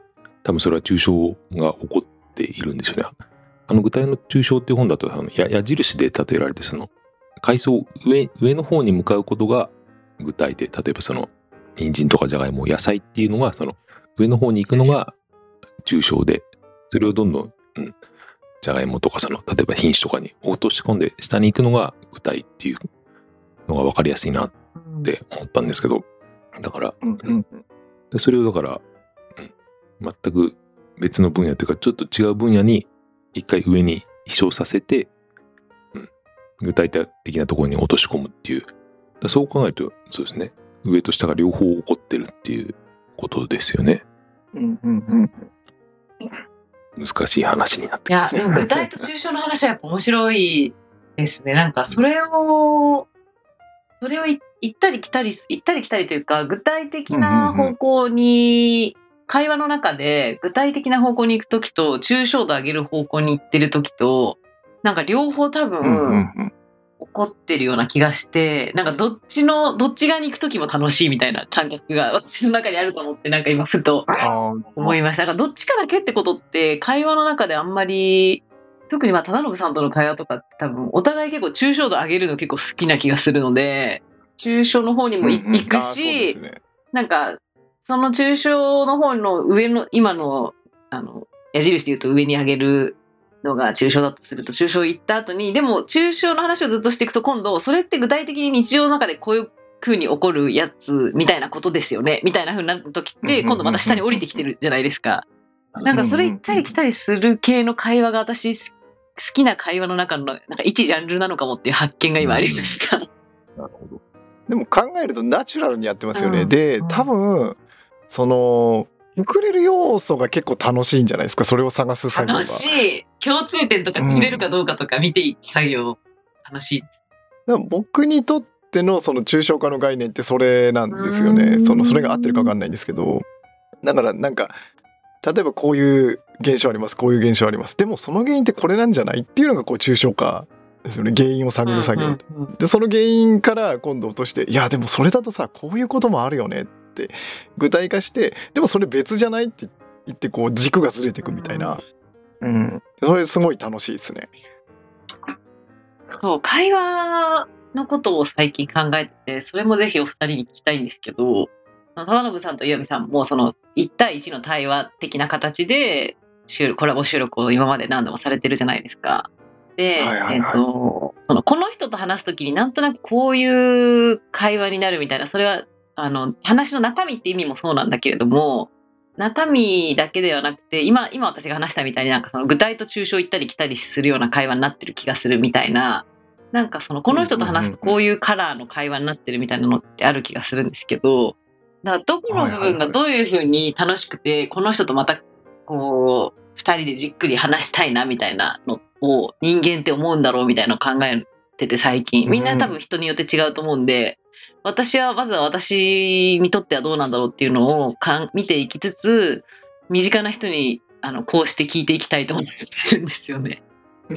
多分それは抽象が起こっているんですよね。具体の抽象っていう本だと矢印で例えられて、その階層上の方に向かうことが具体で、例えばその人参とかじゃがいも、野菜っていうのがその上の方に行くのが抽象で、それをどんどん、じゃがいもとかその例えば品種とかに落とし込んで下に行くのが具体っていうのが分かりやすいなって思ったんですけど、だから、でそれをだから、全く別の分野というかちょっと違う分野に一回上に飛翔させて、具体的なところに落とし込むっていう、そう考えるとそうですね、上と下が両方起こってるっていうことですよね。難しい話になってます。
いや、でも具体と抽象の話はやっぱ面白いですね。なんかそれを行ったり来たりというか、具体的な方向に、会話の中で具体的な方向に行くときと抽象度上げる方向に行ってるときと、なんか両方多分起こってるような気がして、なんかどっち側に行くときも楽しいみたいな感覚が私の中にあると思って、なんか今ふと思いました。なんかどっちかだけってことって会話の中であんまり、特に忠信さんとの会話とかって多分お互い結構抽象度上げるの結構好きな気がするので、抽象の方にも行くし、なんかその抽象の方の上の今の矢印で言うと上に上げるのが抽象だとすると、抽象行った後にでも抽象の話をずっとしていくと、今度それって具体的に日常の中でこういう風に起こるやつみたいなことですよねみたいな風になる時って今度また下に降りてきてるじゃないですか。なんかそれ行ったり来たりする系の会話が私好きな会話の中のなんか一ジャンルなのかもっていう発見が今ありました。なるほ
ど。でも考えるとナチュラルにやってますよね。で多分そのウクレレ要素が結構楽しいんじゃないですか、それを探す作業が。
楽しい。共通点とか見れるかどうかとか見ていく作業、楽しいです。
僕にとってのその抽象化の概念ってそれなんですよね。それが合ってるか分かんないんですけど、だからなんか例えばこういう現象あります、こういう現象あります、でもその原因ってこれなんじゃないっていうのがこう抽象化ですよね。原因を探る作業、でその原因から今度落として、いやでもそれだとさこういうこともあるよねって具体化して、でもそれ別じゃないって言ってこう軸がずれていくみたいな、それすごい楽しいですね。
そう、会話のことを最近考えてて、それもぜひお二人に聞きたいんですけど、忠信さんと岩見さんもその1対1の対話的な形でコラボ収録を今まで何度もされてるじゃないですか。で、この人と話すときになんとなくこういう会話になるみたいな、それは話の中身って意味もそうなんだけれども、中身だけではなくて今私が話したみたいになんかその具体と抽象行ったり来たりするような会話になってる気がするみたいな、なんかこの人と話すとこういうカラーの会話になってるみたいなのってある気がするんですけど、だからどこの部分がどういう風に楽しくて、この人とまたこう2人でじっくり話したいなみたいなのを人間って思うんだろうみたいなのを考えてて、最近みんな多分人によって違うと思うんで、私はまずは私にとってはどうなんだろうっていうのを見ていきつつ、身近な人にこうして聞いていきたいと思ってるんですよね。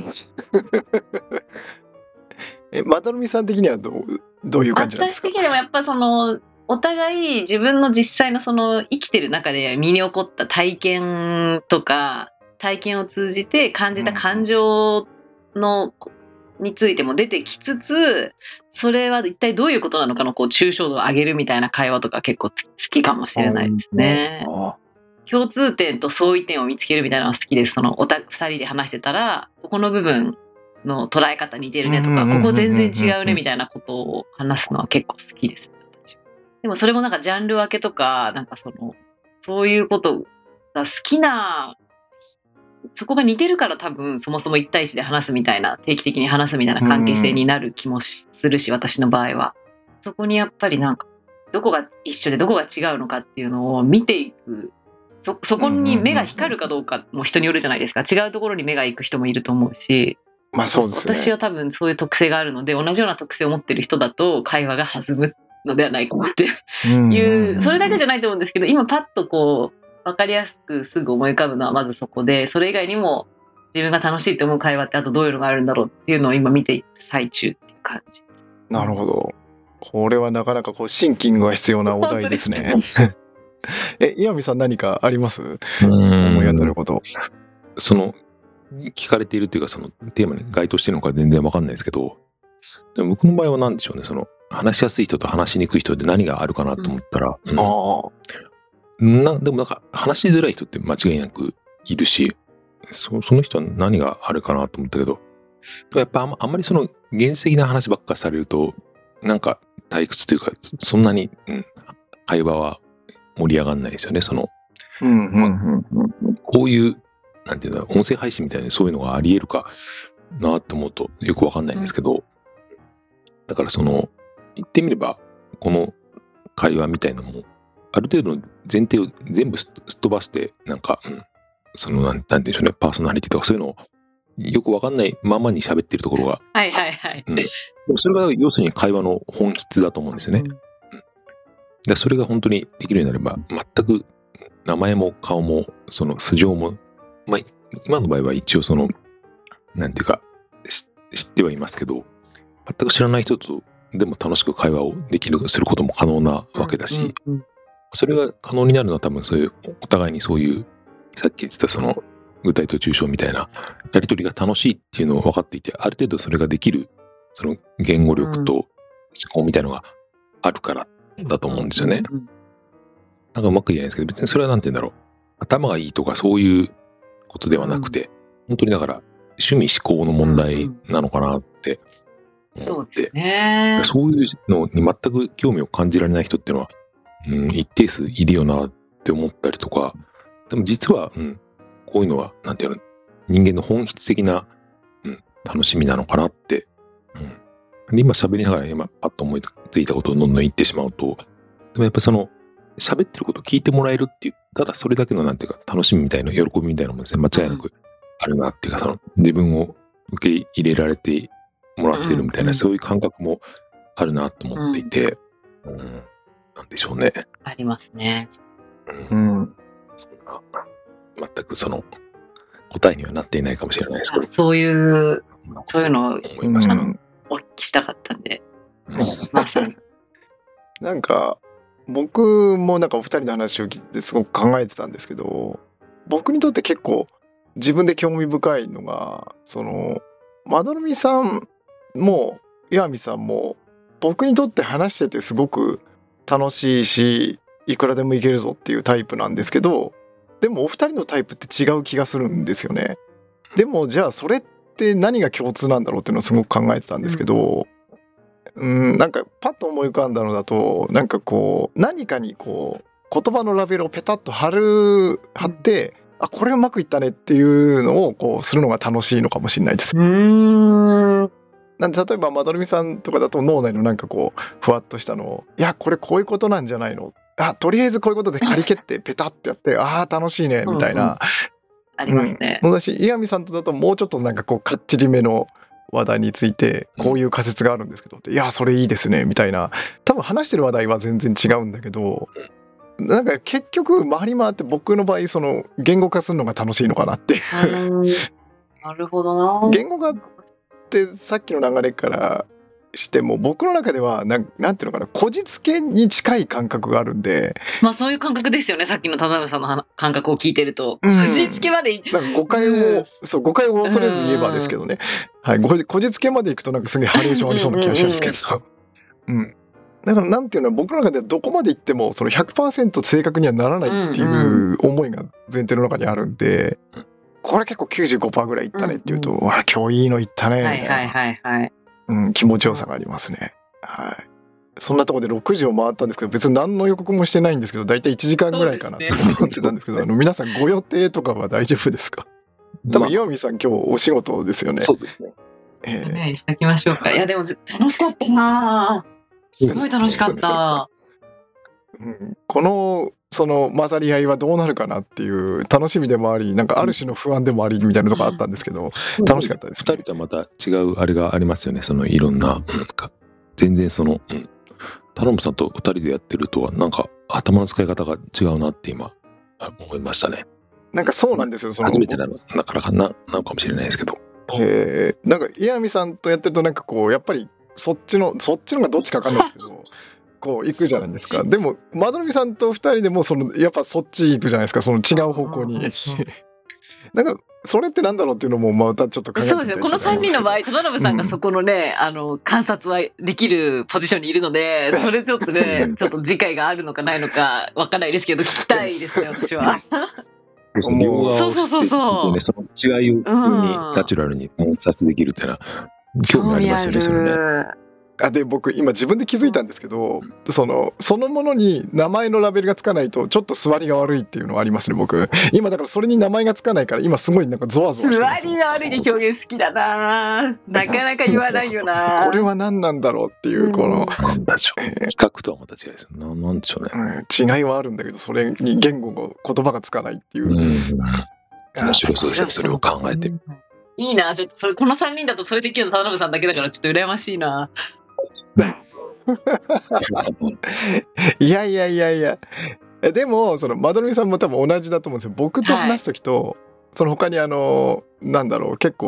真美さん的にはどういう感じなんですか？
私的にはやっぱお互い自分の実際の生きてる中で身に起こった体験とか体験を通じて感じた感情についても出てきつつ、それは一体どういうことなのかのこう抽象度を上げるみたいな会話とか結構好きかもしれないですね。共通点と相違点を見つけるみたいなのが好きです。2人で話してたらここの部分の捉え方似てるねとか、ここ全然違うねみたいなことを話すのは結構好きです。でもそれもなんかジャンル分けとか、なんかそういうことが好きな、そこが似てるから多分そもそも1対1で話すみたいな、定期的に話すみたいな関係性になる気もするし、私の場合はそこにやっぱりなんかどこが一緒でどこが違うのかっていうのを見ていく、そこに目が光るかどうかも人によるじゃないですか。違うところに目が行く人もいると思うし、
そうですね。
私は多分そういう特性があるので、同じような特性を持ってる人だと会話が弾むのではないかっていう、それだけじゃないと思うんですけど、今パッとこう分かりやすくすぐ思い浮かぶのはまずそこで、それ以外にも自分が楽しいと思う会話ってあとどういうのがあるんだろうっていうのを今見ている最中っていう感じ。
なるほど。これはなかなかこうシンキングが必要なお題ですね。 岩見さん何かあります？
思
思い当たること。
その聞かれているというか、そのテーマに該当しているのか全然わかんないですけど、でも僕の場合は何でしょうね、その話しやすい人と話しにくい人で何があるかなと思ったら、でもなんか話しづらい人って間違いなくいるし、その人は何があるかなと思ったけど、やっぱあんまりその原始的な話ばっかされると、なんか退屈というか、そんなに、会話は盛り上がんないですよね。その、こういう、なんていうの、音声配信みたいにそういうのがあり得るかなって思うとよくわかんないんですけど、だからその、言ってみれば、この会話みたいなのも、ある程度の前提を全部すっ飛ばして、なんか、その、なんていうんでしょうね、パーソナリティとかそういうのをよくわかんないままに喋ってるところが、
はいはいはい。
それが要するに会話の本質だと思うんですよね。でそれが本当にできるようになれば、全く名前も顔も、その素性も、まあ、今の場合は一応その、なんていうか、知ってはいますけど、全く知らない人とでも楽しく会話をすることも可能なわけだし、それが可能になるのは多分そういう、お互いにそういう、さっき言ってたその、具体と抽象みたいなやり取りが楽しいっていうのを分かっていて、ある程度それができる、その言語力と思考みたいなのがあるからだと思うんですよね。なんかうまく言えないですけど、別にそれはなんて言うんだろう。頭がいいとかそういうことではなくて、本当にだから趣味思考の問題なのかなって思って、そういうのに全く興味を感じられない人っていうのは、一定数いるよなって思ったりとか、でも実は、こういうのは、なんていうの、人間の本質的な、楽しみなのかなって。で今喋りながら今パッと思いついたことをどんどん言ってしまうと、でもやっぱその、喋ってることを聞いてもらえるっていう、ただそれだけのなんていうか、楽しみみたいな、喜びみたいなもんですね、間違いなくあるなっていうか、その、自分を受け入れられてもらってるみたいな、そういう感覚もあるなと思っていて、なんでしょうね。
ありますね。
そんな全くその答えにはなっていないかもしれないですけど、
そういうのを
思いました。
お聞きしたかったんで、まさに。
なんか僕もなんかお二人の話を聞いてすごく考えてたんですけど、僕にとって結構自分で興味深いのが、そのまどろみさんも岩見さんも僕にとって話しててすごく楽しいし、いくらでもいけるぞっていうタイプなんですけど、でもお二人のタイプって違う気がするんですよね。でもじゃあそれって何が共通なんだろうっていうのをすごく考えてたんですけど、なんかパッと思い浮かんだのだと、なんかこう何かにこう言葉のラベルをペタッと貼って、あ、これうまくいったねっていうのをこうするのが楽しいのかもしれないです。なんで例えばまどろみさんとかだと脳内のなんかこうふわっとしたのを、いやこれこういうことなんじゃないの、あ、とりあえずこういうことで仮決定ペタってやってあー楽しいねみたいな、
ありますね。
だし岩見さんとだともうちょっとなんかこうかっちりめの話題についてこういう仮説があるんですけど、いやそれいいですねみたいな、多分話してる話題は全然違うんだけど、なんか結局回り回って僕の場合その言語化するのが楽しいのかなっていう。
なるほどな。
言語化ってさっきの流れからしても僕の中ではなんていうのかな、こじつけに近い感覚があるんで、
まあそういう感覚ですよね。さっきの田辺さんの感覚を聞いてると、こじつけまで
なんか誤解を恐れず言えばですけどね、はい、こじつけまでいくとなんかすげえハレーションありそうな気がしますけど、だからなんていうのは僕の中ではどこまでいってもその 100% 正確にはならないっていう思いが前提の中にあるんで、これ結構 95% ぐらいいったねっていうと、わあ今日いいのいったねみたいな、気持ちよさがありますね。はい。そんなところで6時を回ったんですけど、別に何の予告もしてないんですけど、だいたい1時間ぐらいかなと思ってたんですけど、皆さんご予定とかは大丈夫ですか？多分岩見さん今日お仕事ですよね。
そうですね。
ね、しときましょうか。いやでも楽しかったな。すごい楽しかった。
このその混ざり合いはどうなるかなっていう楽しみでもあり、なんかある種の不安でもありみたいなとこあったんですけど、楽しかったですね。
2人とはまた違うあれがありますよね。そのいろんな、全然その、タロムさんと2人でやってるとはなんか頭の使い方が違うなって今思いましたね。
なんかそうなんですよ。その
初めてなのかなのかもしれないですけど。
なんか岩見さんとやってるとなんかこうやっぱりそっちのがどっちか分かんないですけどこう行くじゃないですか。でもまどろみさんと2人でもやっぱそっち行くじゃないですか、その違う方向に。なんかそれってなんだろうっていうのもまたちょっと考えてみたい
そうですよ。この3人の場合、忠信さんがそこのね、観察はできるポジションにいるので、それちょっとね、ちょっと次回があるのかないのかわかんないですけど、聞きたいですね、私は。
両側を知って
そう
ね、その違いを普通にナチュラルに観察できるっていうのは興味ありますよね、それね。
で僕今自分で気づいたんですけど、そのものに名前のラベルがつかないとちょっと座りが悪いっていうのはありますね、僕今。だからそれに名前がつかないから今すごいなんかゾワゾワしてます。
座りが悪いで表現好きだな。なかなか言わないよな。
これは何なんだろうっていうこの、
なんでしょう、比較とはまた違いですよ。なんでしょうね、
違いはあるんだけど、それに言葉がつかないっていう、面
白そうですね、それを考えて。
いいな、ちょっとこの3人だとそれできるの忠信さんだけだからちょっと羨ましいな。
いやでもまどろみさんも多分同じだと思うんですよ。僕と話す時と、その他になんだろう、結構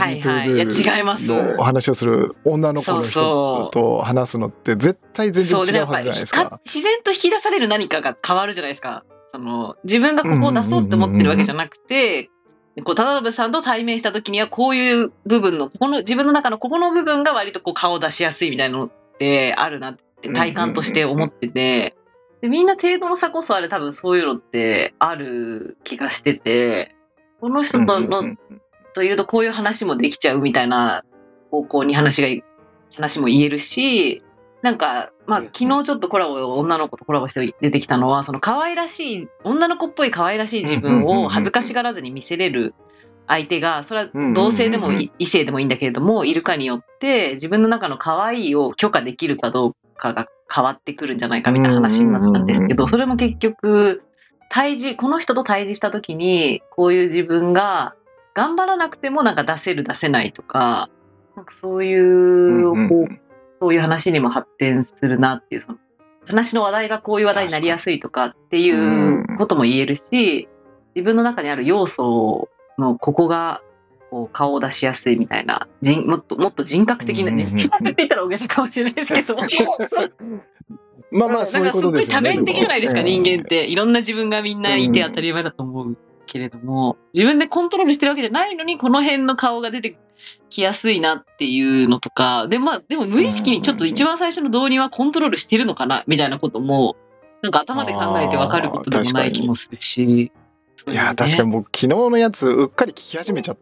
2B2Z の話をする女の子の人と話すのって絶対全然違うはずじゃないですか。
自然と引き出される何かが変わるじゃないですか。自分がここを出そうって思ってるわけじゃなくて、忠信さんと対面した時にはこういう部分の自分の中のここの部分が割とこう顔を出しやすいみたいなのってあるなって体感として思ってて、でみんな程度の差こそあれ多分そういうのってある気がしてて、この人というとこういう話もできちゃうみたいな方向に話も言えるし、なんか昨日ちょっと女の子とコラボして出てきたのは、その可愛らしい女の子っぽい可愛らしい自分を恥ずかしがらずに見せれる相手が、それは同性でも異性でもいいんだけれどもいるかによって自分の中の可愛いを許可できるかどうかが変わってくるんじゃないかみたいな話になったんですけど、それも結局この人と対峙した時にこういう自分が頑張らなくてもなんか出せる出せないとか、なんかそういう話にも発展するなっていう、話の話題がこういう話題になりやすいとかっていうことも言えるし、自分の中にある要素のここがこう顔を出しやすいみたいな、もっと人格的な、人格って言ったら大げさかもしれないですけど
まあそういうことですよね。
なんかすっごい多面的じゃないですか、人間って。いろんな自分がみんないて当たり前だと思うけれども、自分でコントロールしてるわけじゃないのにこの辺の顔が出てきやすいなっていうのとかで、でも無意識にちょっと一番最初の導入はコントロールしてるのかなみたいなこともなんか頭で考えて分かることでもない気もするし。
いや確かに僕昨日のやつうっかり聞き始めちゃって、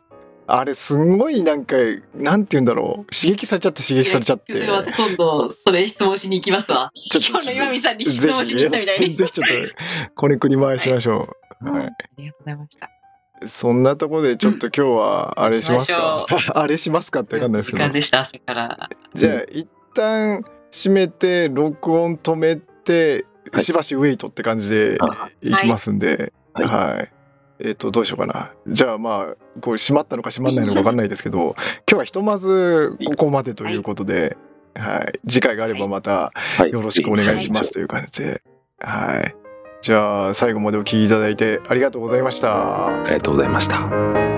あれすんごいなんて言うんだろう、刺激されちゃって
今度それ質問しに行きますわ。今日の岩見さんに質問しに行ったみたいに
ぜひちょっとこれ繰り回しましょう。
はい、ありがとうございました。
そんなところでちょっと今日はあれしますか、あれしますかって分かんないですけど、
時間でした朝から。
じゃあ一旦閉めて録音止めて、しばしウェイトって感じでいきますんで、はい、どうしようかな。じゃあこれ閉まったのか閉まんないのか分かんないですけど今日はひとまずここまでということで、はい次回があればまたよろしくお願いしますという感じで、はい、じゃあ最後までお聞きいただいてありがとうございました。
ありがとうございました。